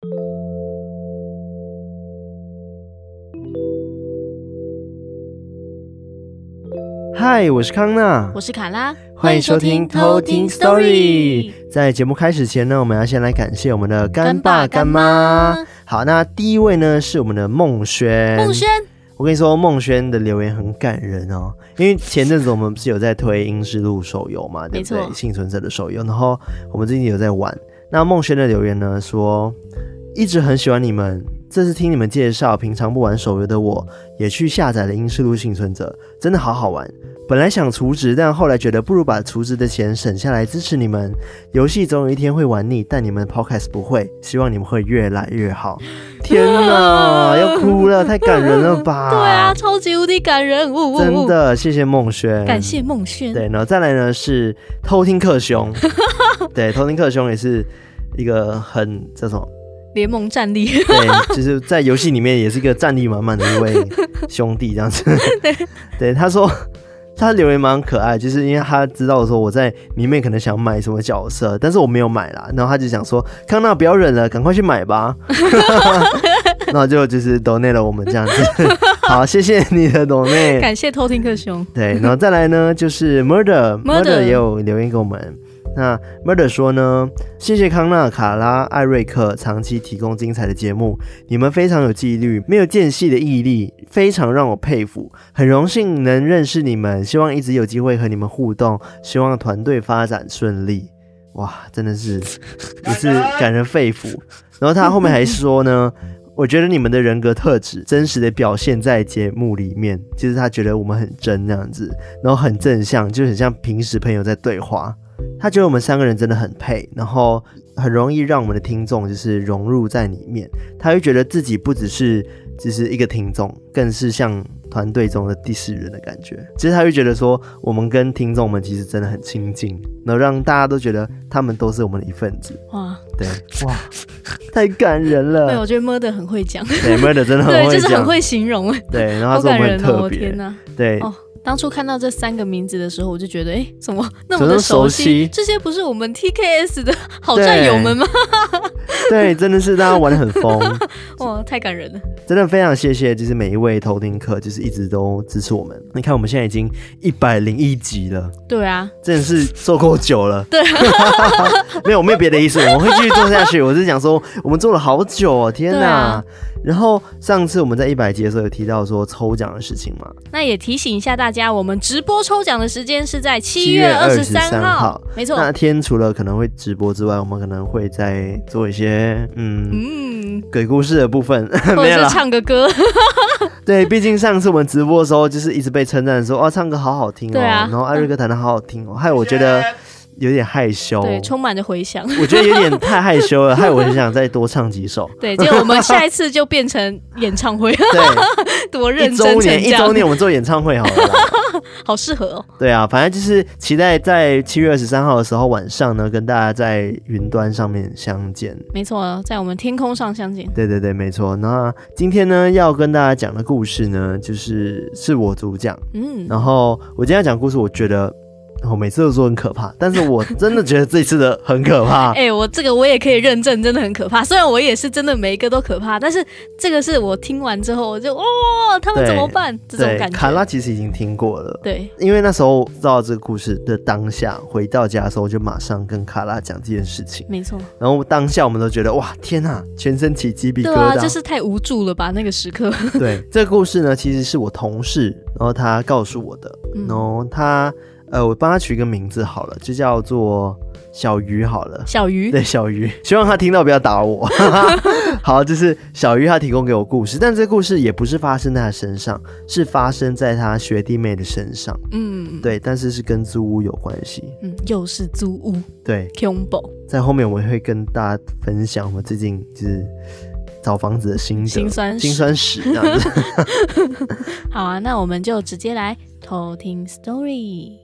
嗨，我是康娜， 我是卡拉， 欢迎收听偷听 Story。在节目开始前呢，我们要先来感谢我们的干爸干妈。好，那第一位呢是我们的梦轩。我跟你说，梦轩的留言很感人哦，因为前阵子我们不是有在推英式路手游嘛，对不对？幸存者的手游，然后我们最近有在玩。那梦轩的留言呢说，一直很喜欢你们，这次听你们介绍，平常不玩手游的我也去下载了英式路幸存者，真的好好玩。本来想储值，但后来觉得不如把储值的钱省下来支持你们。游戏总有一天会玩腻，但你们 podcast 不会，希望你们会越来越好。天哪，要哭了，太感人了吧？ 对啊，超级无敌感人， 真的，谢谢梦轩， 感谢梦轩。 对，然后再来呢是偷听克兄，对，偷听克兄也是一个很叫什么联盟战力， 对，就是在游戏里面也是一个战力满满的一位兄弟这样子。对，他说。他留言蛮可爱，就是因为他知道说我在里面可能想买什么角色，但是我没有买啦，然后他就想说康纳不要忍了，赶快去买吧。然后就是 donate 了我们这样子。好，谢谢你的 donate， 感谢偷听客兄。 对，然后再来呢就是 Murder 也有留言给我们。那 Murder 说呢，谢谢康纳、卡拉、艾瑞克长期提供精彩的节目，你们非常有纪律，没有间隙的毅力，非常让我佩服，很荣幸能认识你们，希望一直有机会和你们互动，希望团队发展顺利。哇，真的是也是感人肺腑。然后他后面还说呢，我觉得你们的人格特质真实的表现在节目里面，就是他觉得我们很真这样子，然后很正向，就很像平时朋友在对话。他觉得我们三个人真的很配，然后很容易让我们的听众就是融入在里面。他会觉得自己不只是一个听众，更是像团队中的第四人的感觉。其实他会觉得说，我们跟听众们其实真的很亲近，然后让大家都觉得他们都是我们的一份子。哇，对，哇，太感人了。 对，我觉得 Murder 很会讲， 对 Murder 真的很会讲， 对，就是很会形容。 对，然后他说我们很特别， 天哪， 对。 当初看到这三个名字的时候，我就觉得，怎么那么的熟悉？这些不是我们 TKS 的好战友们吗？ 对，真的是大家玩得很疯， 哇，太感人了！ 真的非常谢谢，就是每一位偷听客，就是一直都支持我们。你看，我们现在已经101集了， 对啊， 真的是做够久了。 对， 没有别的意思，我们会继续做下去。我是想说，我们做了好久哦，天哪！然后上次我们在100集的时候有提到说抽奖的事情嘛， 那也提醒一下大家，我们直播抽奖的时间是在7月23号，没错。 那天除了可能会直播之外，我们可能会再做一些鬼故事的部分， 或者是唱个歌。 对，毕竟上次我们直播的时候，就是一直被称赞说，唱歌好好听哦，对啊，然后艾瑞克弹得好好听哦，害我觉得有点害羞， 对，充满着回响。 我觉得有点太害羞了，害我很想再多唱几首。 对，结果我们下一次就变成演唱会，对，多认真成这样。 一周年我们做演唱会好了啦。 好适合哦。 对啊，反正就是期待在7月23号的时候晚上呢，跟大家在云端上面相见。 没错，在我们天空上相见。 对对对，没错。那今天呢，要跟大家讲的故事呢，是我主讲。然后我今天要讲故事，我觉得我每次都说很可怕，但是我真的觉得这一次的很可怕。 我这个我也可以认证，真的很可怕。虽然我也是真的每一个都可怕，但是这个是我听完之后，我就他们怎么办？这种感觉。 卡拉其实已经听过了， 对， 因为那时候知道这个故事的当下，回到家的时候，我就马上跟卡拉讲这件事情。 没错。然后当下我们都觉得哇，天哪，全身起鸡皮疙瘩。对啊，就是太无助了吧那个时刻。 对，这个故事呢，其实是我同事，然后他告诉我的，然后我帮他取一个名字好了，就叫做小鱼好了。 小鱼， 对，小鱼，希望他听到不要打我。好，就是小鱼他提供给我故事，但这故事也不是发生在他身上，是发生在他学弟妹的身上。对，但是跟租屋有关系。 又是租屋。 对， 恐怖。 在后面我们会跟大家分享我们最近就是找房子的心得、辛酸史这样子。 好啊，那我们就直接来偷听 story。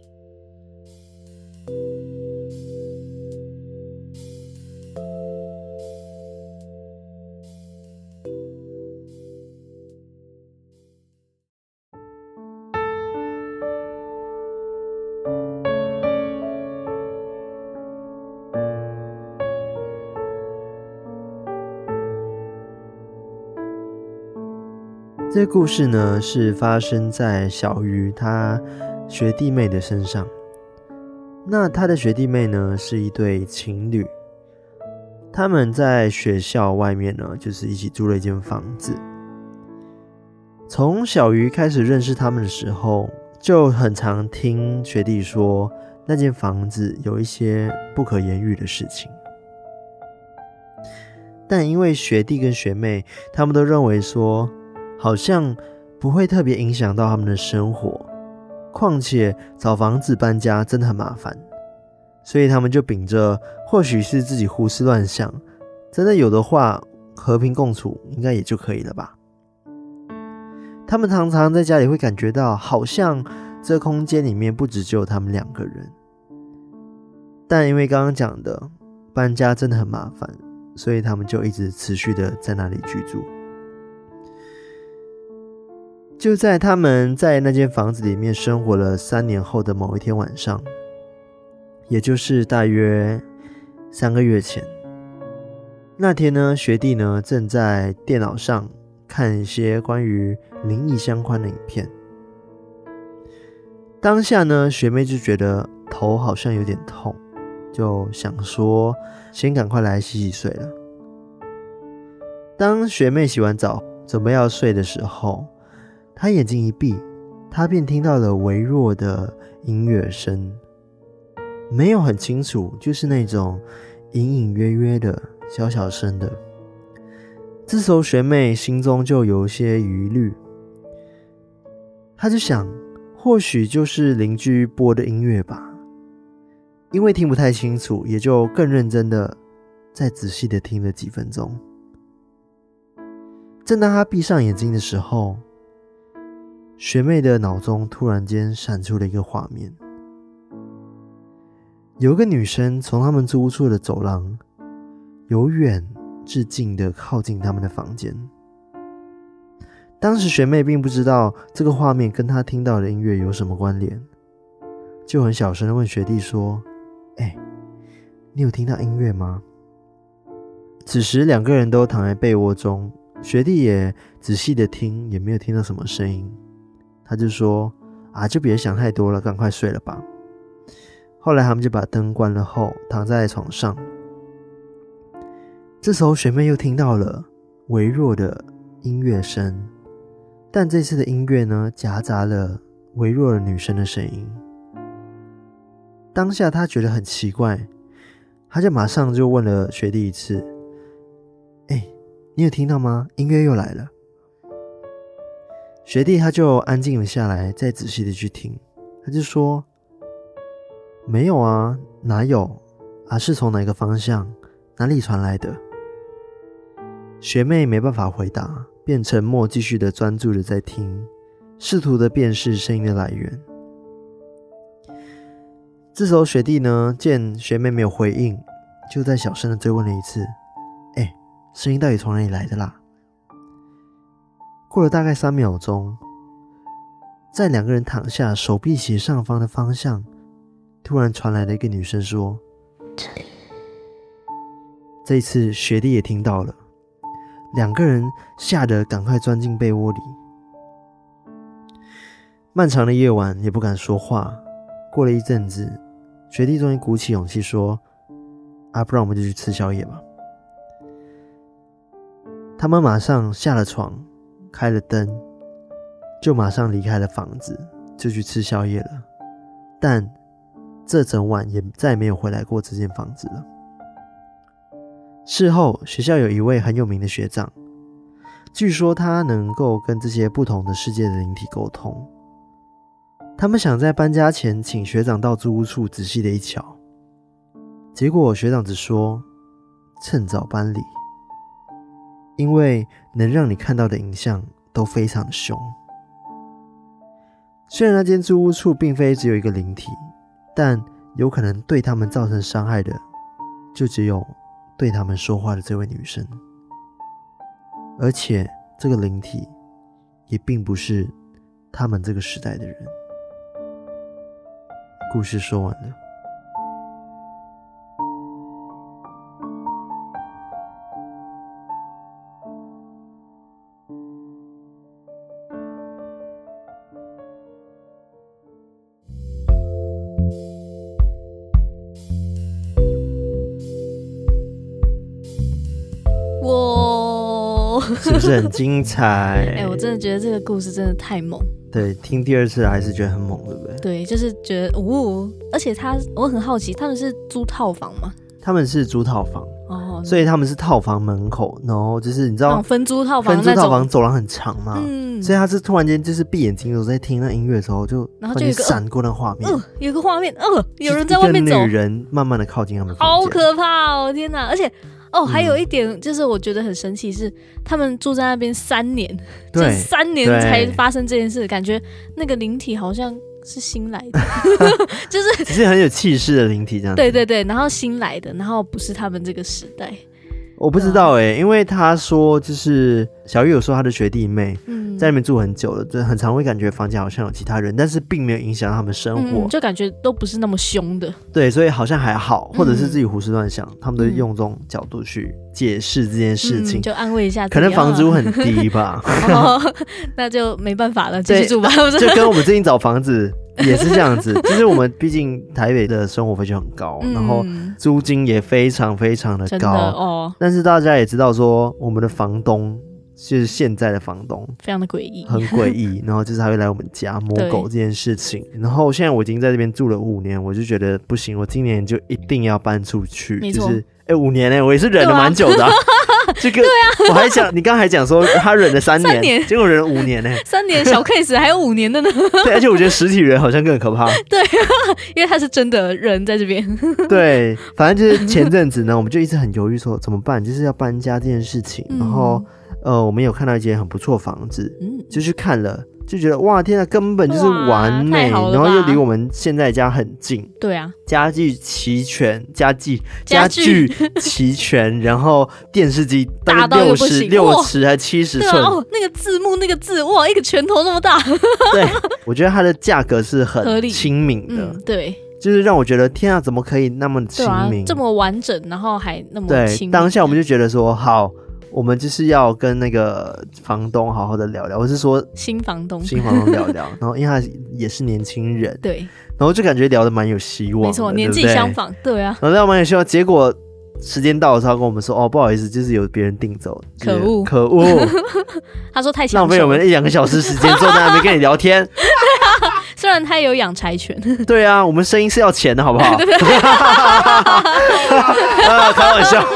这个故事呢是发生在小鱼他学弟妹的身上。那他的学弟妹呢是一对情侣，他们在学校外面呢就是一起租了一间房子。从小鱼开始认识他们的时候，就很常听学弟说那间房子有一些不可言喻的事情。但因为学弟跟学妹他们都认为说好像不会特别影响到他们的生活，况且找房子搬家真的很麻烦，所以他们就秉着或许是自己胡思乱想，真的有的话和平共处应该也就可以了吧。他们常常在家里会感觉到好像这空间里面不只有他们2个人，但因为刚刚讲的搬家真的很麻烦，所以他们就一直持续的在那里居住。就在他们在那间房子里面生活了3年后的某一天晚上，也就是大约3个月前，那天呢，学弟呢正在电脑上看一些关于灵异相关的影片。当下呢，学妹就觉得头好像有点痛，就想说先赶快来洗洗睡了。当学妹洗完澡准备要睡的时候，她眼睛一闭，她便听到了微弱的音乐声，没有很清楚，就是那种隐隐约约的小小声的。这时候学妹心中就有一些疑虑，她就想或许就是邻居播的音乐吧，因为听不太清楚，也就更认真的再仔细的听了几分钟。正当她闭上眼睛的时候，学妹的脑中突然间闪出了一个画面，有一个女生从他们租屋处的走廊由远至近的靠近他们的房间。当时学妹并不知道这个画面跟她听到的音乐有什么关联，就很小声的问学弟说：你有听到音乐吗？此时2个人都躺在被窝中，学弟也仔细的听，也没有听到什么声音。他就说就别想太多了，赶快睡了吧。后来他们就把灯关了后躺在床上。这时候学妹又听到了微弱的音乐声，但这次的音乐呢夹杂了微弱的女生的声音。当下她觉得很奇怪，她就马上就问了学弟一次：你有听到吗？音乐又来了。学弟他就安静了下来，再仔细的去听。他就说：没有啊，哪有啊？是从哪个方向？哪里传来的？学妹没办法回答，便沉默，继续的专注的在听，试图的辨识声音的来源。这时候学弟呢，见学妹没有回应，就再小声的追问了一次：声音到底从哪里来的啦？过了大概3秒钟，在2个人躺下手臂斜上方的方向，突然传来了一个女生说：这里。这一次学弟也听到了，2个人吓得赶快钻进被窝里。漫长的夜晚也不敢说话。过了一阵子，学弟终于鼓起勇气说：不然我们就去吃宵夜吧。他们马上下了床，开了灯，就马上离开了房子，就去吃宵夜了。但这整晚也再没有回来过这间房子了。事后学校有一位很有名的学长，据说他能够跟这些不同的世界的灵体沟通。他们想在搬家前请学长到租屋处仔细的一瞧，结果学长只说趁早搬离，因为能让你看到的影像都非常的凶。虽然那间租屋处并非只有一个灵体，但有可能对他们造成伤害的就只有对他们说话的这位女生，而且这个灵体也并不是他们这个时代的人。故事说完了。 哇， 是不是很精彩？ 我真的觉得这个故事真的太猛。 对，听第二次还是觉得很猛，对不对？ 对，就是觉得而且我很好奇，他们是租套房吗？ 他们是租套房所以他们是套房门口，然后就是你知道分租套房走廊很长嘛，所以他是突然间就是闭眼睛的时候在听那音乐的时候，然后就闪过那画面， 有个画面，有人在外面走， 一个女人慢慢的靠近他们房间， 好可怕哦！天哪！而且还有一点就是我觉得很神奇是，他们住在那边3年，就是3年才发生这件事，感觉那个灵体好像是新来的，就是只是很有气势的灵体这样子。 对对对，然后新来的，然后不是他们这个时代。 我不知道因为他说就是小玉有说他的学弟妹在那边住很久了，就很常会感觉房间好像有其他人，但是并没有影响他们生活， 就感觉都不是那么凶的。 对，所以好像还好，或者是自己胡思乱想，他们都用这种角度去解释这件事情， 就安慰一下自己， 可能房租很低吧。 那就没办法了，继续住吧。 就跟我们最近找房子也是这样子，就是我们毕竟台北的生活费就很高，然后租金也非常非常的高但是大家也知道说我们的房东就是现在的房东非常的诡异， 很诡异然后就是他会来我们家摸狗这件事情，然后现在我已经在这边住了5年，我就觉得不行，我今年就一定要搬出去。就是5年我也是忍了蛮久的这个我还讲你刚才还讲说他忍了3年结果忍了5年 3年小 case 还有5年的呢对，而且我觉得实体人好像更可怕对因为他是真的人在这边对，反正就是前阵子呢我们就一直很犹豫说怎么办，就是要搬家这件事情然后我们有看到一间很不错的房子就去看了，就觉得哇天啊根本就是完美，然后又离我们现在家很近。 对啊， 家具齐全，家具齐全，然后电视机大概60还70寸那个字幕那个字哇一个拳头那么大对，我觉得它的价格是很亲民的对， 就是让我觉得天啊怎么可以那么亲民这么完整然后还那么亲民。 对，当下我们就觉得说好，我们就是要跟那个房东好好的聊聊，我是说新房东聊聊然后因为他也是年轻人对， 然后就感觉聊得蛮有希望的， 没错，年纪相仿对啊， 然后聊蛮有希望，结果时间到的时候跟我们说不好意思就是有别人订走， 可恶他说太抢手了， 浪费我们1-2个小时时间坐在那边跟你聊天虽然他也有养柴犬对啊，我们声音是要钱的好不好开玩笑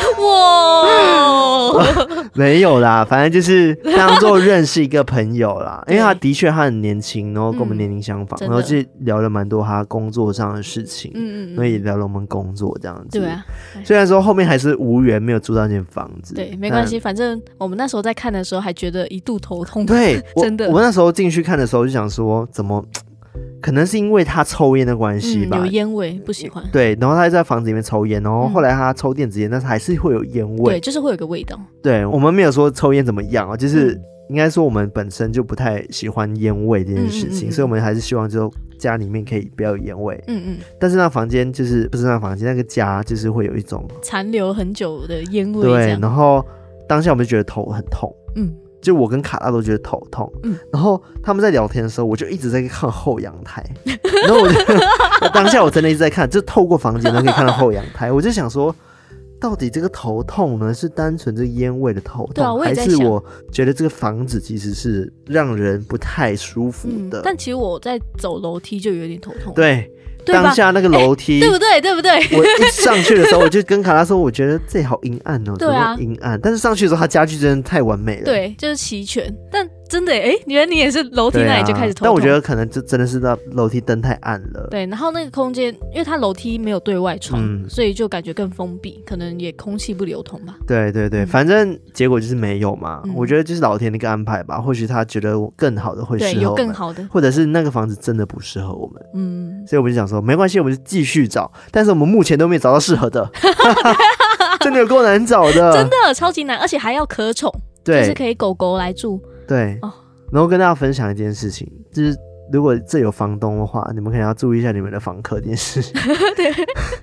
哇没有啦，反正就是当做认识一个朋友啦因为他的确他很年轻，然后跟我们年龄相仿然后就聊了蛮多他工作上的事情所以聊了我们工作这样子。 对啊， 虽然说后面还是无缘没有住到那间房子， 对，没关系，反正我们那时候在看的时候还觉得一度头痛。 对真的， 我们那时候进去看的时候就想说怎么可能是因为他抽烟的关系吧， 有烟味不喜欢。 对，然后他在房子里面抽烟，然后后来他抽电子烟但是还是会有烟味， 对，就是会有个味道。对， 我们没有说抽烟怎么样就是应该说我们本身就不太喜欢烟味这件事情所以我们还是希望就家里面可以不要有烟味但是那房间就是不是那房间那个家就是会有一种残留很久的烟味。 对，然后当下我们就觉得头很痛就我跟卡拉都觉得头痛然后他们在聊天的时候我就一直在看后阳台然后我就当下我真的一直在看，就透过房间都可以看到后阳台我就想说到底这个头痛呢是单纯这个烟味的头痛还是我觉得这个房子其实是让人不太舒服的但其实我在走楼梯就有点头痛。 对，当下那个楼梯对不对对不对我一上去的时候我就跟卡拉说我觉得这好阴暗哦， 对啊， 阴暗，但是上去的时候它家具真的太完美了， 对，就是齐全。但真的原来你也是楼梯那里就开始头痛但我觉得可能就真的是那楼梯灯太暗了。 对，然后那个空间因为它楼梯没有对外窗所以就感觉更封闭，可能也空气不流通吧。对对对反正结果就是没有嘛我觉得就是老天的一个安排吧，或许他觉得更好的会适合我们， 对，有更好的， 或者是那个房子真的不适合我们所以我们就想说没关系我们就继续找，但是我们目前都没有找到适合的真的有够难找的， 真的超级难，而且还要可宠， 对， 就是可以狗狗来住。 对然后跟大家分享一件事情，就是如果这有房东的话你们可能要注意一下你们的房客这件事情对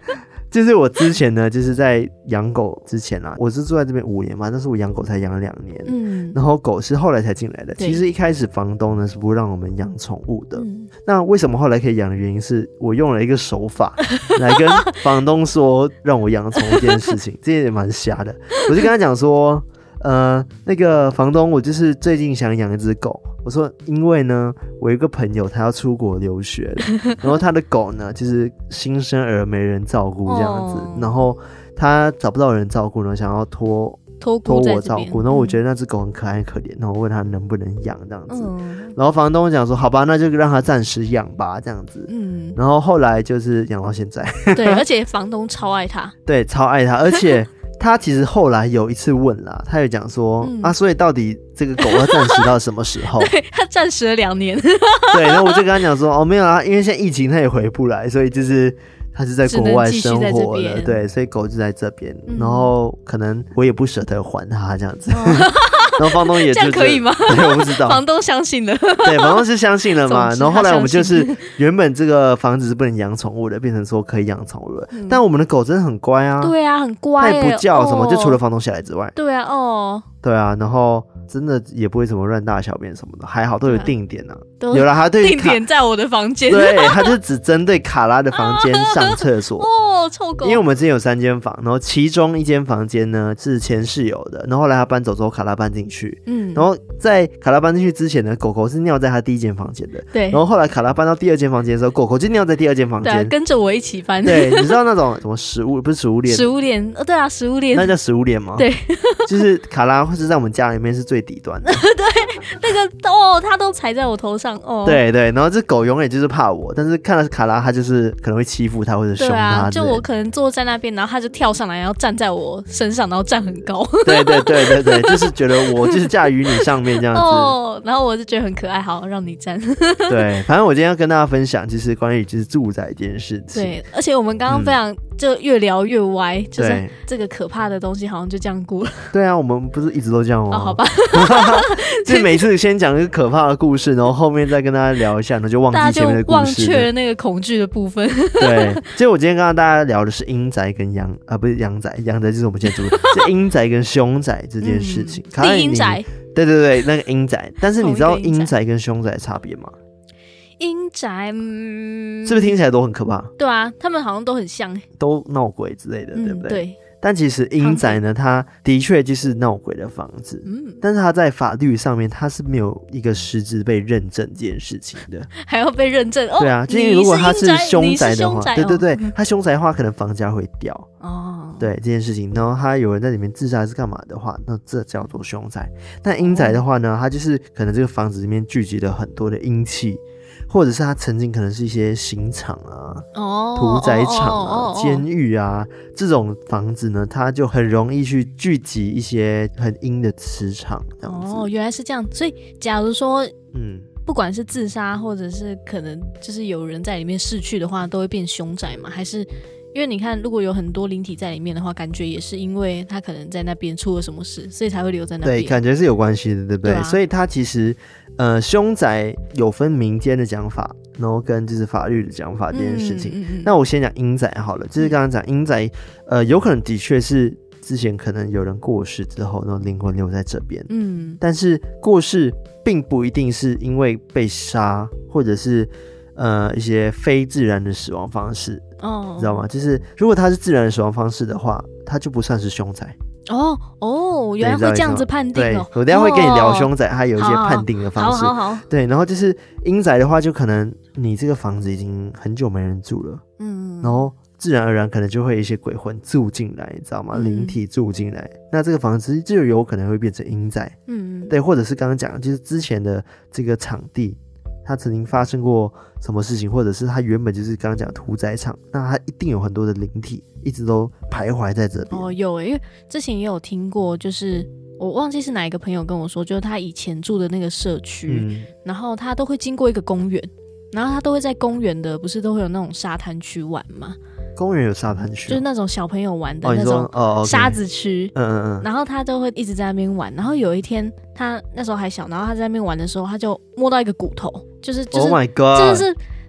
就是我之前呢，就是在养狗之前啦，我是住在这边5年嘛，但是我养狗才养了2年，然后狗是后来才进来的。其实一开始房东呢是不让我们养宠物的，那为什么后来可以养的原因是我用了一个手法来跟房东说让我养宠物这件事情，这也蛮瞎的。我就跟他讲说，那个房东，我就是最近想养一只狗。我说，因为呢，我有一个朋友他要出国留学了，然后他的狗呢就是新生儿没人照顾这样子，然后他找不到人照顾呢，想要托我照顾，然后我觉得那只狗很可爱可怜，然后我问他能不能养这样子，然后房东讲说好吧，那就让他暂时养吧这样子，然后后来就是养到现在。 对，而且房东超爱他， 对，超爱他，而且他其实后来有一次问啦，他有讲说，所以到底这个狗要暂时到什么时候？ 对，他暂时了2年。 对，然后我就跟他讲说，没有啊，因为现在疫情他也回不来，所以就是他是在国外生活的，对，所以狗就在这边，然后可能我也不舍得还他这样子。然后房东也就这样可以吗？ 对，我不知道。 房东相信了， 对，房东是相信了嘛。然后后来我们就是原本这个房子是不能养宠物的，变成说可以养宠物了。但我们的狗真的很乖啊， 对啊，很乖， 它也不叫什么，就除了房东下来之外。 对啊， 对啊，然后真的也不会什么乱大小便什么的，还好都有定点啊。 有啦，他对定点在我的房间， 对，他就只针对卡拉的房间上厕所。 臭狗！ 因为我们之前有3间房，然后其中1间房间呢是前室友的，然后后来他搬走之后，卡拉搬进去，然后在卡拉搬进去之前呢，狗狗是尿在他第1间房间的， 对， 然后后来卡拉搬到第2间房间的时候，狗狗就尿在第2间房间， 对，跟着我一起搬。 对，你知道那种什么食物链， 对啊，食物链， 那叫食物链吗？ 对， 就是卡拉会是在我们家里面是最底端的， 对，那个它都踩在我头上， 对对，然后这狗永远就是怕我，但是看到卡拉，它就是可能会欺负它或者凶它， 就我可能坐在那边，然后它就跳上来，然后站在我身上，然后站很高， 对，就是觉得我就是驾驭你上面这样子， 然后我就觉得很可爱，好让你站。 对，反正我今天要跟大家分享，就是关于就是住宅这件事情。 对，而且我们刚刚非常就越聊越歪，就是这个可怕的东西好像就这样过了。 对啊，我们不是一直都这样吗？ 好吧， 就每次先讲一个可怕的故事，然后后面再跟大家聊一下，然后就忘记前面的故事， 忘却了那个恐惧的部分。 对，其实我今天跟大家聊的是阴宅跟不是阳宅，阳宅就是我们现在住的是阴宅跟凶宅这件事情。 地阴宅， 对，那个阴宅，但是你知道阴宅跟凶宅的差别吗？ 阴宅， 是不是听起来都很可怕？ 对啊，他们好像都很像， 都闹鬼之类的，对不对？ 对。 但其实阴宅呢，它的确就是闹鬼的房子，但是它在法律上面它是没有一个实质被认证这件事情的， 还要被认证。 对啊，就因为如果它是凶宅的话，对，它凶宅的话可能房价会掉对这件事情，然后他有人在里面自杀还是干嘛的话，那这叫做凶宅。但阴宅的话呢，它就是可能这个房子里面聚集了很多的阴气。或者是它曾经可能是一些刑场啊、屠宰场啊、监狱啊这种房子呢，它就很容易去聚集一些很阴的磁场这样子。 原来是这样。所以假如说不管是自杀或者是可能就是有人在里面逝去的话，都会变凶宅吗？还是因为你看如果有很多灵体在里面的话，感觉也是因为他可能在那边出了什么事，所以才会留在那边。 对，感觉是有关系的，对不对？所以它其实凶宅有分民间的讲法，然后跟就是法律的讲法这件事情。那我先讲阴宅好了，就是刚刚讲阴宅有可能的确是之前可能有人过世之后，然后灵魂留在这边但是过世并不一定是因为被杀或者是一些非自然的死亡方式你知道吗？就是如果它是自然的死亡方式的话，它就不算是凶宅。 原来会这样子判定对，我等一下会跟你聊凶宅，它有一些判定的方式。 好， 对，然后就是阴宅的话，就可能你这个房子已经很久没人住了，然后自然而然可能就会有一些鬼魂住进来，你知道吗？灵体住进来，那这个房子就有可能会变成阴宅。对，或者是刚刚讲的，就是之前的这个场地。它曾经发生过什么事情，或者是它原本就是刚刚讲屠宰场，那它一定有很多的灵体一直都徘徊在这边。 有因为之前也有听过，就是我忘记是哪一个朋友跟我说，就是他以前住的那个社区然后他都会经过一个公园，然后他都会在公园的不是都会有那种沙滩区玩吗？ 公园有沙滩区， 就是那种小朋友玩的那种沙子区然后他都会一直在那边玩，然后有一天他那时候还小，然后他在那边玩的时候，他就摸到一个骨头，就是 Oh my God， 真的是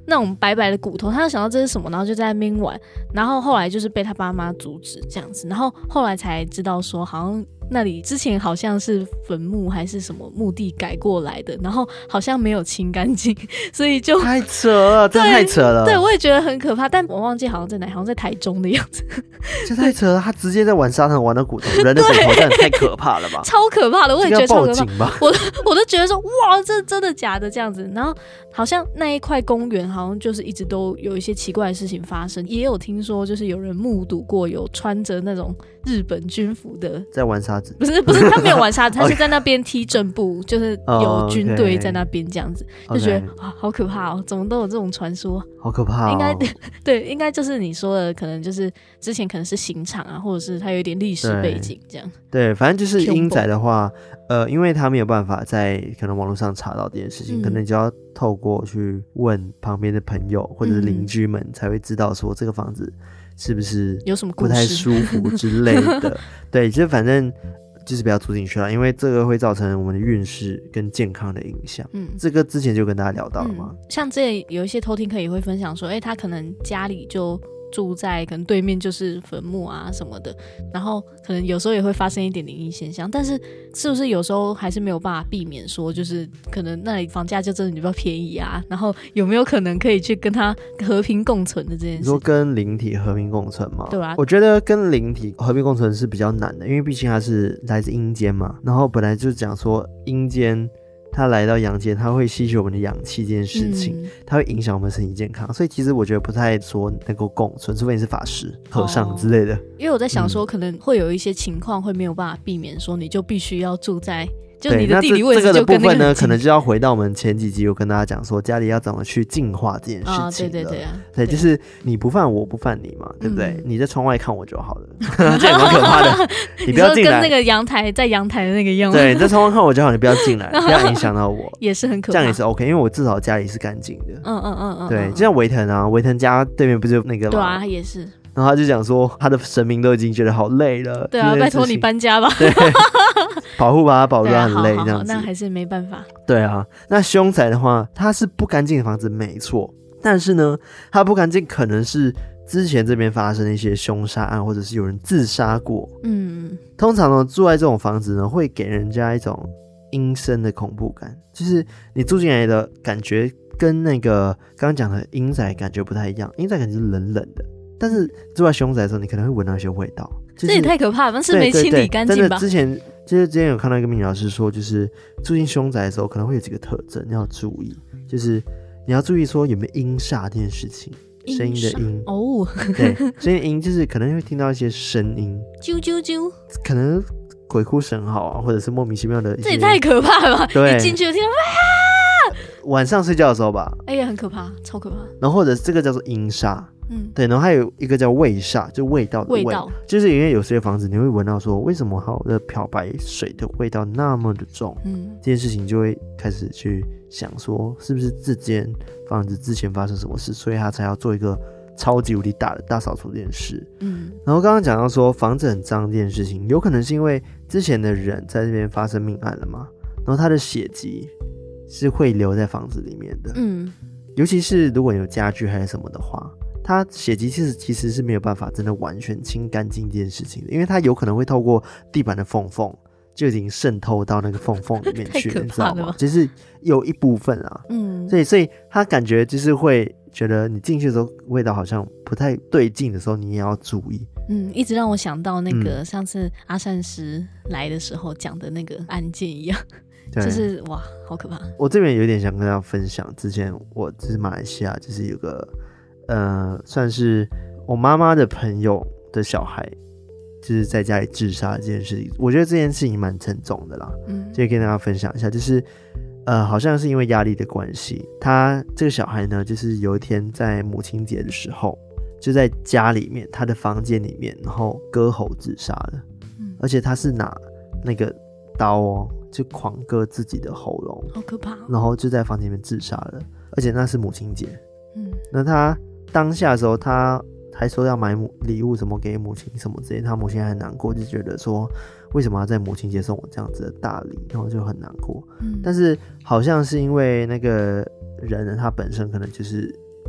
那种白白的骨头，他就想到这是什么，然后就在那边玩，然后后来就是被他爸妈阻止这样子，然后后来才知道说好像那里之前好像是坟墓还是什么墓地改过来的，然后好像没有清干净，所以就太扯了，真的太扯了。 对，我也觉得很可怕，但我忘记好像在哪，好像在台中的样子。 这太扯了，他直接在玩沙滩玩到骨头，人的骨头真的太可怕了吧？ 超可怕的，我也觉得超可怕。 我都觉得说哇，这真的假的这样子。然后好像那一块公园好像就是一直都有一些奇怪的事情发生，也有听说就是有人目睹过有穿着那种日本军服的在玩沙子， 不是他没有玩沙子，他是在那边踢正步，就是有军队在那边这样子，就觉得哇好可怕哦，怎么都有这种传说， 好可怕哦。 应该对，应该就是你说的，可能就是之前可能是刑场啊，或者是他有一点历史背景这样。 对，反正就是阴宅的话，因为他没有办法在可能网络上查到这件事情，可能就要透过去问旁边的朋友或者是邻居们，才会知道说这个房子是不是有什么故事不太舒服之类的。对，就反正就是不要住进去了，因为这个会造成我们的运势跟健康的影响。这个之前就跟大家聊到了嘛。 像这有一些偷听客也会分享说，他可能家里就住在可能对面就是坟墓啊什么的，然后可能有时候也会发生一点灵异现象，但是是不是有时候还是没有办法避免说，就是可能那里房价就真的比较便宜啊，然后有没有可能可以去跟它和平共存的这件事？ 你说跟灵体和平共存吗？ 对啊， 我觉得跟灵体和平共存是比较难的，因为毕竟它是来自阴间嘛，然后本来就讲说阴间它来到阳间，它会吸取我们的阳气这件事情，它会影响我们身体健康，所以其实我觉得不太说能够共存，除非你是法师、和尚之类的。 因为我在想说，可能会有一些情况会没有办法避免，说你就必须要住在。就你的地理位置就跟那个这个的部分呢，可能就要回到我们前几集有跟大家讲说，家里要怎么去净化这件事情了。对，就是你不犯我不犯你嘛，对不对？你在窗外看我就好了，这也蛮可怕的。你不要进来， 跟那个阳台在阳台的那个样子。 对，你在窗外看我就好，你不要进来，不要影响到我， 也是很可怕。 这样也是 OK， 因为我至少家里是干净的。对，就像维腾啊，维腾家对面不就那个吗？ 对啊，他也是。 然后他就讲说，他的神明都已经觉得好累了。 对啊，拜托你搬家吧。 对，保护吧，保护他很累这样子。 那还是没办法。 对啊，那凶宅的话，它是不干净的房子没错，但是呢，它不干净可能是之前这边发生的一些凶杀案，或者是有人自杀过。通常呢，住在这种房子呢，会给人家一种阴森的恐怖感，就是你住进来的感觉跟那个刚刚讲的阴宅感觉不太一样，阴宅感觉是冷冷的。但是住在凶宅的时候，你可能会闻到一些味道， 这也太可怕了，是没清理干净吧？ 真的，之前有看到一个命理老师说，就是住进凶宅的时候，可能会有几个特征要注意，就是你要注意说有没有阴煞这件事情，声音的音哦， 对，声音的音就是可能会听到一些声音， 啾啾啾， 可能鬼哭神嚎啊，或者是莫名其妙的一些， 这也太可怕了吧？ 对， 你进去就听到晚上睡觉的时候吧， 哎呀，很可怕，超可怕。 然后或者这个叫做阴煞。对，然后还有一个叫味煞，就味道的味道，就是因为有些房子你会闻到说，为什么好的漂白水的味道那么的重？这件事情就会开始去想说，是不是这间房子之前发生什么事，所以他才要做一个超级无敌大的大扫除这件事。然后刚刚讲到说房子很脏这件事情，有可能是因为之前的人在这边发生命案了嘛，然后他的血迹是会留在房子里面的。尤其是如果有家具还是什么的话。它血迹其实是没有办法真的完全清干净这件事情的，因为它有可能会透过地板的缝就已经渗透到那个缝里面去了，你知道吗？就是有一部分啊，所以他感觉就是会觉得你进去的时候味道好像不太对劲的时候，你也要注意。 一直让我想到那个上次阿善师来的时候讲的那个案件一样。就是哇，好可怕！ 我这边有点想跟大家分享，之前我就是马来西亚，就是有个。算是我妈妈的朋友的小孩，就是在家里自杀这件事情，我觉得这件事情蛮沉重的啦。就跟大家分享一下，就是好像是因为压力的关系，他这个小孩呢，就是有一天在母亲节的时候，就在家里面他的房间里面，然后割喉自杀了。而且他是拿那个刀哦，就狂割自己的喉咙， 好可怕。 然后就在房间里面自杀了，而且那是母亲节。那他当下的时候，他还说要买礼物什么给母亲什么之类，他母亲还很难过，就觉得说为什么要在母亲节送我这样子的大礼，然后就很难过。但是好像是因为那个人呢，他本身可能就是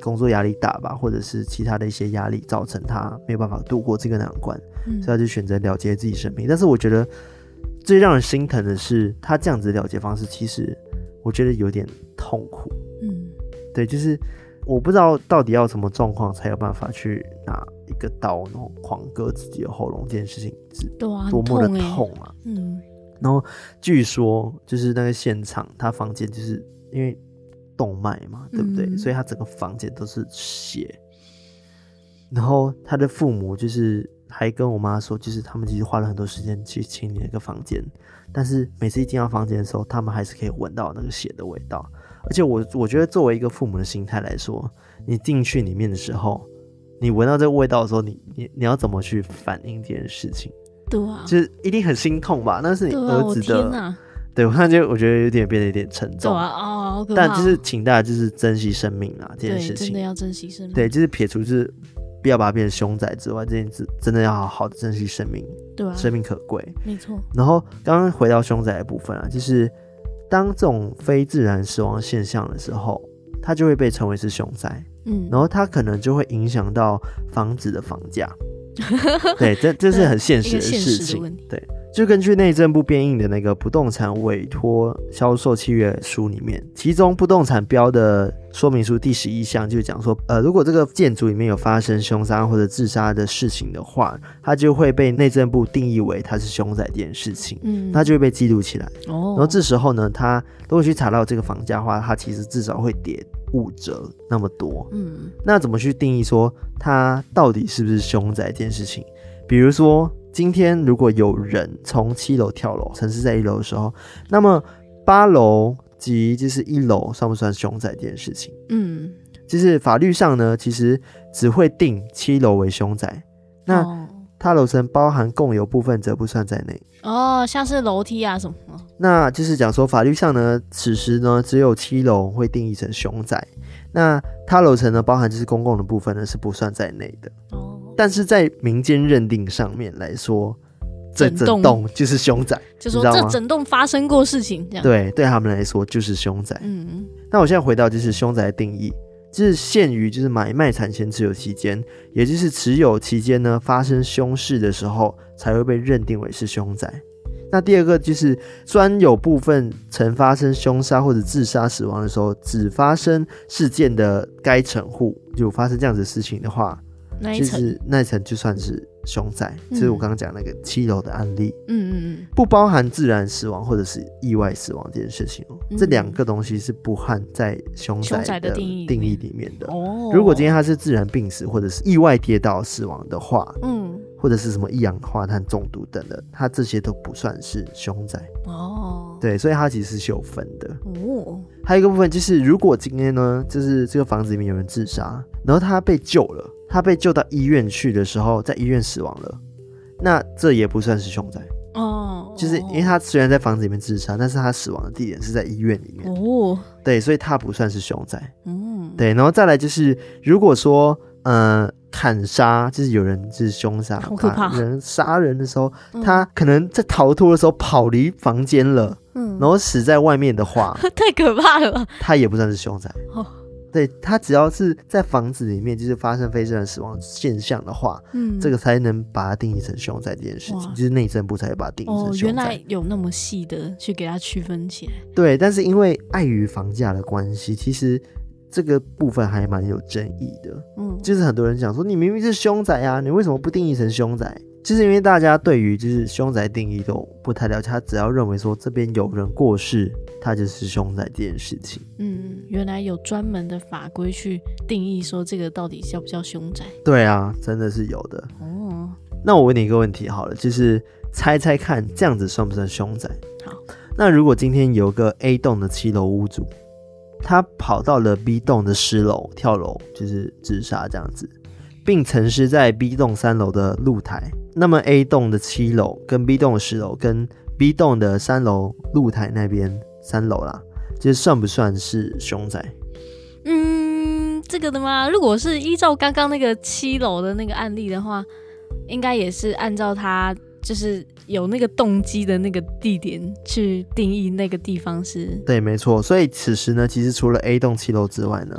工作压力大吧，或者是其他的一些压力造成他没有办法度过这个难关，所以他就选择了结自己生命。但是我觉得最让人心疼的是他这样子的了结方式，其实我觉得有点痛苦。对，就是我不知道到底要什么状况才有办法去拿一个刀然后狂割自己的喉咙，这件事情是多么的痛啊。然后据说就是那个现场他房间就是因为动脉嘛，对不对？所以他整个房间都是血。然后他的父母就是还跟我妈说，就是他们其实花了很多时间去清理那个房间，但是每次一进到房间的时候，他们还是可以闻到那个血的味道。而且我觉得作为一个父母的心态来说，你进去里面的时候，你闻到这个味道的时候，你要怎么去反应这件事情？ 对啊， 就是一定很心痛吧？那是你儿子的。 天哪， 对，我看我觉得有点变得有点沉重。 对啊，好可怕。 但就是请大家就是珍惜生命啊，这件事情真的要珍惜生命。 对，就是撇除就是不要把它变成凶宅之外，这件事真的要好好的珍惜生命。 对啊， 生命可贵， 没错。 然后刚刚回到凶宅的部分啊，就是当这种非自然死亡现象的时候，它就会被称为是凶宅。然后它可能就会影响到房子的房价。对，这是很现实的事情。对，就根据内政部编印的那个不动产委托销售契约书里面，其中不动产标的说明书第11项就讲说，如果这个建筑里面有发生凶杀或者自杀的事情的话，它就会被内政部定义为它是凶宅这件事情，它就会被记录起来。然后这时候呢，它如果去查到这个房价的话，它其实至少会跌5折那么多。那怎么去定义说它到底是不是凶宅这件事情？比如说今天如果有人从7楼跳楼，陈尸在1楼的时候，那么8楼及就是1楼算不算凶宅这件事情？就是法律上呢，其实只会定7楼为凶宅，那它楼层包含共有部分则不算在内。 像是楼梯啊什么。 那就是讲说法律上呢，此时呢只有7楼会定义成凶宅，那它楼层呢包含就是公共的部分呢是不算在内的。但是在民间认定上面来说，这整栋就是凶宅， 就说这整栋发生过事情，这样。 对他们来说就是凶宅。那我现在回到就是凶宅的定义，就是限于就是买卖产权持有期间，也就是持有期间呢发生凶事的时候才会被认定为是凶宅。那第二个就是专有部分曾发生凶杀或者自杀死亡的时候，只发生事件的该层户有发生这样子的事情的话，那一层就算是凶宅。就是我刚刚讲那个7楼的案例。不包含自然死亡或者是意外死亡这件事情。这两个东西是不含在凶宅的定义里面的。如果今天它是自然病死或者是意外跌倒死亡的话，或者是什么一氧化碳中毒等的，它这些都不算是凶宅。对，所以它其实是有分的。还有一个部分就是，如果今天呢，就是这个房子里面有人自杀，然后他被救了，他被救到医院去的时候，在医院死亡了，那这也不算是凶宅。就是因为他虽然在房子里面自杀，但是他死亡的地点是在医院里面。对，所以他不算是凶宅。对，然后再来就是，如果说砍杀，就是有人就是凶杀， 好可怕， 人杀人的时候，他可能在逃脱的时候跑离房间了，然后死在外面的话， 太可怕了吧？ 他也不算是凶宅。对，他只要是在房子里面就是发生非自然死亡现象的话，这个才能把它定义成凶宅这件事情，就是内政部才会把它定义成凶宅。 原来有那么细的去给它区分起来。 对，但是因为碍于房价的关系，其实这个部分还蛮有争议的。就是很多人讲说，你明明是凶宅啊，你为什么不定义成凶宅？就是因为大家对于就是凶宅定义都不太了解，他只要认为说这边有人过世，他就是凶宅这件事情。 原来有专门的法规去定义说这个到底叫不叫凶宅。 对啊，真的是有的。那我问你一个问题好了，就是猜猜看这样子算不算凶宅？ 好， 那如果今天有个 A 栋的7楼屋主，他跑到了 B 栋的10楼跳楼，就是自杀这样子，并沉尸在 B 栋3楼的露台，那么 A 栋的7楼跟 B 栋的10楼跟 B 栋的3楼露台那边3楼啦，就是算不算是凶宅？ 这个的吗？如果是依照刚刚那个7楼的那个案例的话，应该也是按照他就是有那个动机的那个地点去定义那个地方是。 对，没错。所以此时呢，其实除了 A 栋7楼之外呢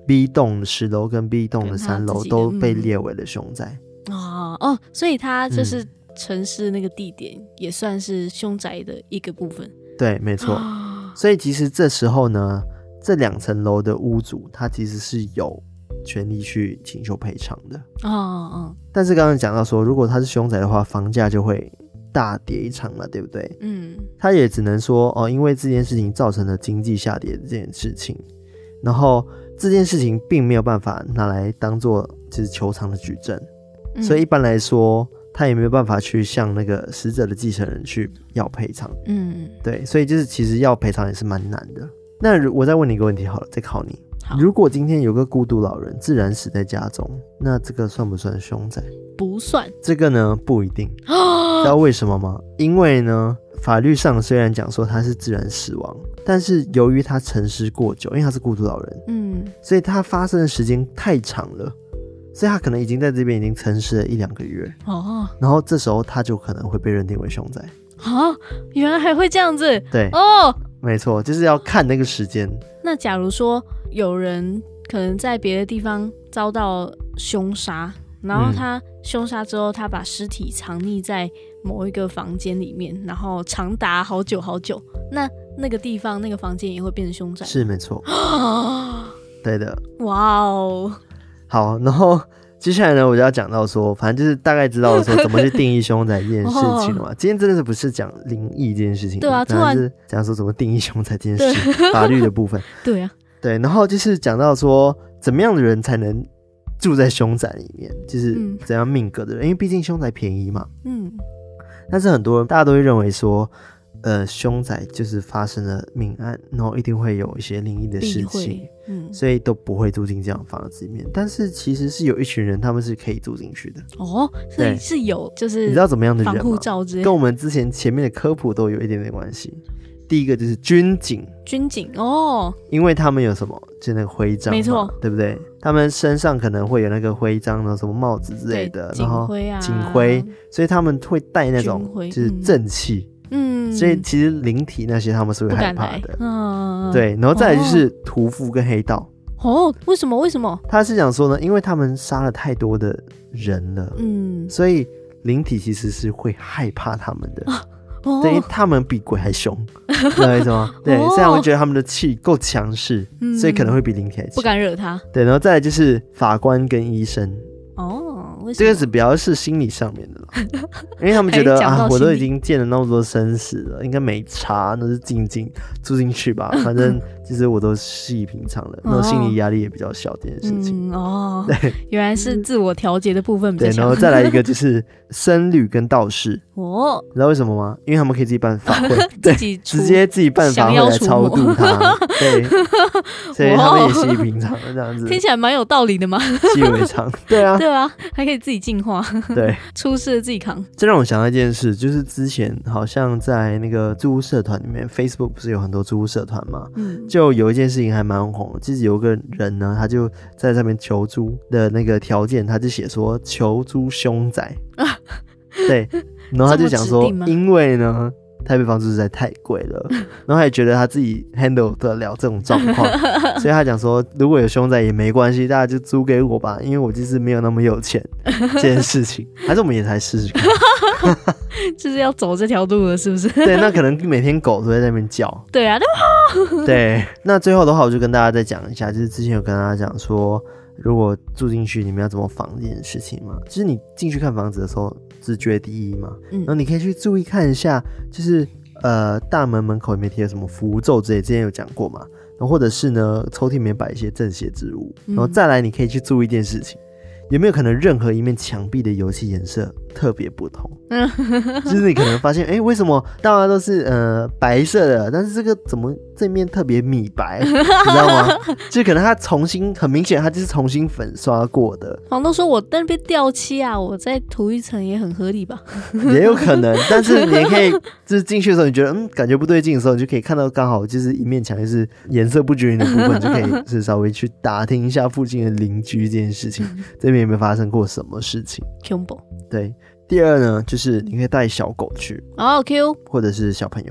B 栋10楼跟 B 栋的3楼都被列为了凶宅。 所以它就是城市那个地点也算是凶宅的一个部分。 对，没错。所以其实这时候呢，这2层楼的屋主他其实是有权利去请求赔偿的。但是刚刚讲到说，如果他是凶宅的话，房价就会大跌一场了，对不对？他也只能说因为这件事情造成了经济下跌的这件事情，然后这件事情并没有办法拿来当做就是求偿的举证，所以一般来说他也没有办法去向那个死者的继承人去要赔偿。对，所以就是其实要赔偿也是蛮难的。那我再问你一个问题好了，再考你。如果今天有个孤独老人自然死在家中，那这个算不算凶宅？ 不算。 这个呢不一定。知道为什么吗？因为呢法律上虽然讲说他是自然死亡，但是由于他沉尸过久，因为他是孤独老人，所以他发生的时间太长了，所以他可能已经在这边已经沉尸了1-2个月。然后这时候他就可能会被认定为凶宅。 原来还会这样子。 对，没错，就是要看那个时间。那假如说有人可能在别的地方遭到凶杀，然后他凶杀之后，他把尸体藏匿在某一个房间里面，然后长达好久好久，那个地方那个房间也会变成凶宅。是，没错。对的。哇哦。好，然后接下来呢，我就要讲到说，反正就是大概知道说怎么去定义凶宅这件事情了嘛。今天真的是不是讲灵异这件事情，对啊，突然是讲说怎么定义凶宅这件事情，法律的部分。对啊，对，然后就是讲到说怎么样的人才能住在凶宅里面，就是怎样命格的人，因为毕竟凶宅便宜嘛。但是很多人大家都会认为说凶宅就是发生了命案，然后一定会有一些灵异的事情，所以都不会住进这样的房子里面。但是其实是有一群人他们是可以住进去的。是有，就是你知道怎么样的人吗？防护罩之类的，跟我们之前面的科普都有一点点关系。第一个就是军警，因为他们有什么，就那个徽章，没错，对不对？他们身上可能会有那个徽章，然后什么帽子之类的，然后警徽，所以他们会带那种就是正气。所以其实灵体那些他们是会害怕的。对，然后再来就是屠夫跟黑道。为什么？他是讲说呢，因为他们杀了太多的人了，所以灵体其实是会害怕他们的。等于他们比鬼还凶，知道意思吗？对，所以他们觉得他们的气够强势，所以可能会比灵体还强，不敢惹他。对，然后再来就是法官跟医生。这个是比较是心理上面的了，因为他们觉得我都已经见了那么多生死了，应该没差，那是住进去吧，反正其实我都视以平常了，然后心理压力也比较小这件事情。对，原来是自我调节的部分比较强。对，然后再来一个就是僧侣跟道士。你知道为什么吗？因为他们可以自己办法会，对，直接自己办法会来超度他。对，所以他们也视以平常的这样子。听起来蛮有道理的嘛，习以为常。对啊，对啊，还可以自己进化。对，出事自己扛。这让我想到一件事，就是之前好像在那个租屋社团里面 ，Facebook 不是有很多租屋社团嘛？就有一件事情还蛮红的，就是有个人呢，他就在上面求租的那个条件，他就写说求租凶宅。对，然后他就讲说，因为呢台北房租实在太贵了，然后他也觉得他自己 handle 得了这种状况，所以他讲说如果有凶宅也没关系，大家就租给我吧，因为我就是没有那么有钱这件事情。还是我们也来试试看。就是要走这条路了是不是？对，那可能每天狗都在那边叫。对啊。对，那最后的话我就跟大家再讲一下，就是之前有跟大家讲说如果住进去你们要怎么防这件事情嘛，就是你进去看房子的时候直觉第一嘛，然后你可以去注意看一下，就是大门门口有没有贴什么符咒之类，之前有讲过嘛，然后或者是呢抽屉里面摆一些镇邪之物，然后再来你可以去注意一件事情，有没有可能任何一面墙壁的油漆颜色特别不同？就是你可能发现为什么大家都是白色的，但是这个怎么这面特别米白，你知道吗？就可能它很明显它就是重新粉刷过的。房东说我那边掉漆啊，我再涂一层也很合理吧。也有可能，但是你也可以就是进去的时候你觉得感觉不对劲的时候，你就可以看到刚好就是一面墙就是颜色不均匀的部分，就可以是稍微去打听一下附近的邻居这件事情，这边有没有发生过什么事情。恐怖。对，第二呢就是你可以带小狗去，Q 或者是小朋友，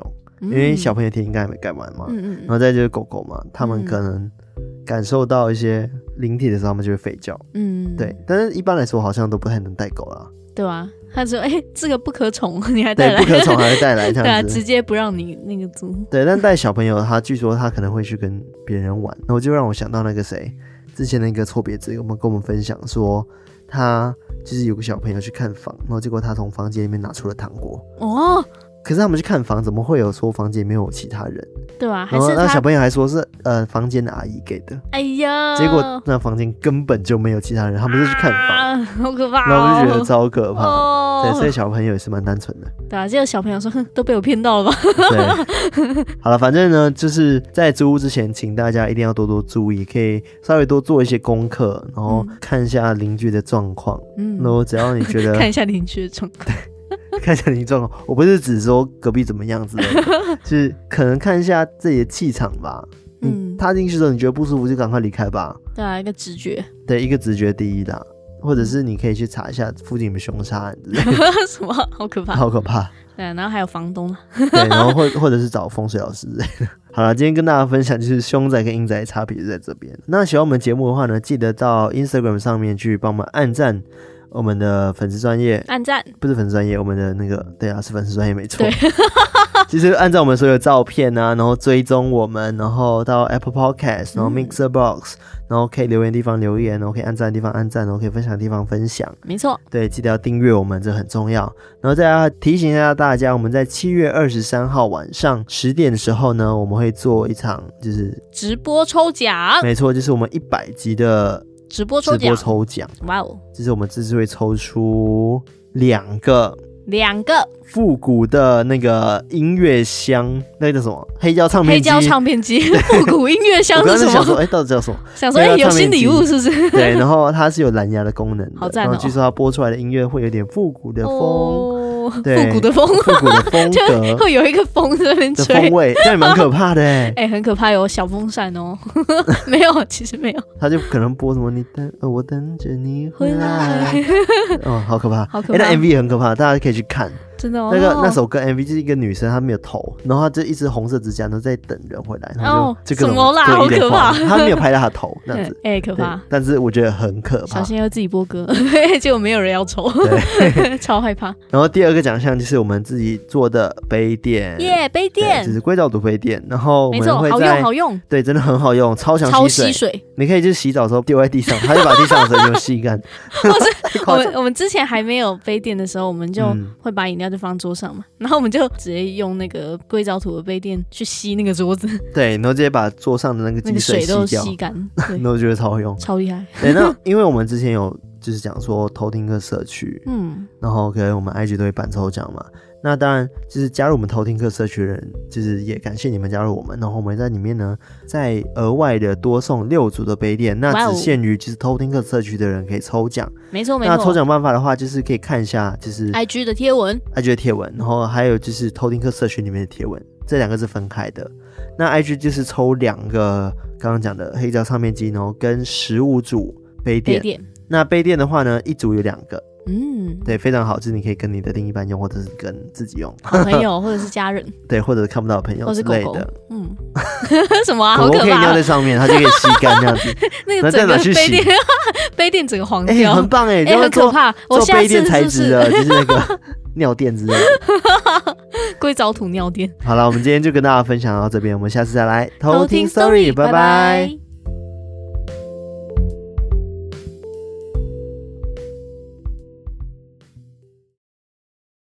因为小朋友天应该还没盖完嘛，然后再就是狗狗嘛，他们可能感受到一些灵体的时候，他们就会吠叫，对，但是一般来说好像都不太能带狗啦， 对啊，他说这个不可宠，你还带来， 对，不可宠还会带来这样子， 对啊，直接不让你那个租， 对，但带小朋友他据说他可能会去跟别人玩，然后就让我想到那个谁，之前那个错别字，跟我们分享说他就是有个小朋友去看房，然后结果他从房间里面拿出了糖果哦。可是他们去看房，怎么会有说房间里面有其他人？对吧？然后那小朋友还说是房间的阿姨给的。哎呀！结果那房间根本就没有其他人，他们是去看房， 好可怕！ 然后我就觉得超可怕。对，所以小朋友也是蛮单纯的。 对啊，结果小朋友说：“哼，都被我骗到了吧？” 对。好了，反正呢，就是在租屋之前，请大家一定要多多注意，可以稍微多做一些功课，然后看一下邻居的状况。然后只要你觉得看一下邻居的状况。对。 看一下你状况，我不是只说隔壁怎么样之类的，就是可能看一下自己的气场吧。踏进去的时候你觉得不舒服就赶快离开吧。 对啊，一个直觉。 对，一个直觉第一啦，或者是你可以去查一下附近有没有凶杀案之类的。 什么？好可怕！ 好可怕。 对，然后还有房东。 对，然后或者是找风水老师之类的。好了，今天跟大家分享就是凶宅跟阴宅差别在这边。那喜欢我们节目的话呢，记得到 Instagram 上面去帮我们按赞。我们的粉丝专页按赞， 不是粉丝专页，我们的那个对啊，是粉丝专页没错。其实按照我们所有照片啊，然后追踪我们，然后到 Apple Podcast， 然后 Mixer Box，然后可以留言的地方留言，然后可以按赞的地方按赞，然后可以分享的地方分享。 没错， 对，记得要订阅我们，这很重要。然后再要提醒一下大家，我们在7月23号晚上10点的时候呢，我们会做一场就是直播抽奖。 没错，就是我们100集的。直播抽奖，哇哦！就是我们这次会抽出两个复古的那个音乐箱，那个叫什么？黑胶唱片机，复古音乐箱是什么？我刚才想说，到底叫什么？ 想说，有新礼物是不是？ 对，然后它是有蓝牙的功能的， 好赞哦！ 然后据说它播出来的音乐会有点复古的风。对， 复古的风格会有一个风在那边吹， 风味，这样也蛮可怕的很可怕，有小风扇哦。没有，其实没有， 他就可能播什么我等着你回来，好可怕，那 MV 也很可怕，大家可以去看。 真的哦， 那首歌 MV 就是一个女生，她没有头，然后她就一直红色指甲，然后在等人回来，然后就什么啦，好可怕！ 她没有拍到她头这样子， 可怕。 但是我觉得很可怕， 小心要自己播歌，结果没有人要抽，超害怕。 然后第二个奖项就是我们自己做的杯垫， 杯垫， 就是硅藻土杯垫，然后我们会好用， 对，真的很好用，超吸水。你可以就是洗澡的时候丢在地上，它就把地上的水就吸干。 我们之前还没有杯垫的时候，我们就会把饮料就放桌上嘛，然后我们就直接用那个硅藻土的杯垫去吸那个桌子， 对，然后直接把桌上的那个积水都吸干， 那我觉得超好用， 超厉害。 对，那因为我们之前有就是讲说偷听客社区，然后可能我们 IG 都会办抽奖嘛。那当然就是加入我们偷听客社区的人，就是也感谢你们加入我们，然后我们在里面呢再额外的多送6组的杯垫，那只限于就是偷听客社区的人可以抽奖。 没错。 那抽奖办法的话，就是可以看一下就是 IG 的贴文， 然后还有就是偷听客社区里面的贴文，这两个是分开的。那 IG 就是抽2个刚刚讲的黑胶唱片机，然后跟15组杯垫。那杯垫的话呢，一组有2个。对，非常好，就是你可以跟你的另一半用，或者是跟自己用， 好朋友或者是家人， 对，或者是看不到的朋友之类的。 什么啊？好可怕！ 可以尿在上面，它就可以吸干这样子。 那个整个杯垫整个黄掉， 很棒很可怕。我做杯垫材质的，就是那个尿垫之类的， 硅藻土尿垫。 好了，我们今天就跟大家分享到这边，我们下次再来偷听 story， 拜拜。